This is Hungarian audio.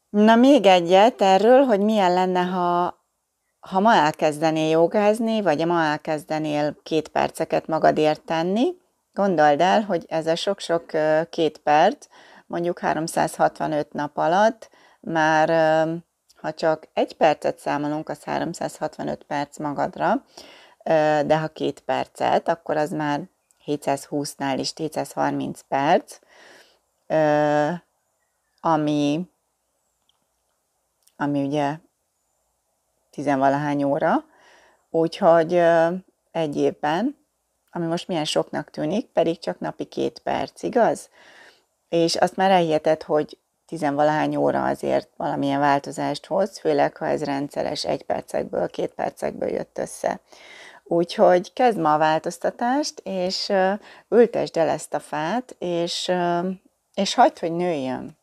Na még egyet erről, hogy milyen lenne, ha ma elkezdenél jogázni, vagy ma elkezdenél 2 perceket magadért tenni. Gondold el, hogy ez a sok-sok 2 perc, mondjuk 365 nap alatt, már ha csak 1 percet számolunk, az 365 perc magadra, de ha 2 percet, akkor az már 720-nál is 730 perc, ami, ami ugye tizenvalahány óra, úgyhogy egy évben, ami most milyen soknak tűnik, pedig csak napi 2 perc, igaz? És azt már elhiheted, hogy tizenvalahány óra azért valamilyen változást hoz, főleg ha ez rendszeres 1 percekből, 2 percekből jött össze. Úgyhogy kezd ma a változtatást, és ültesd el ezt a fát, és hagyd, hogy nőjön.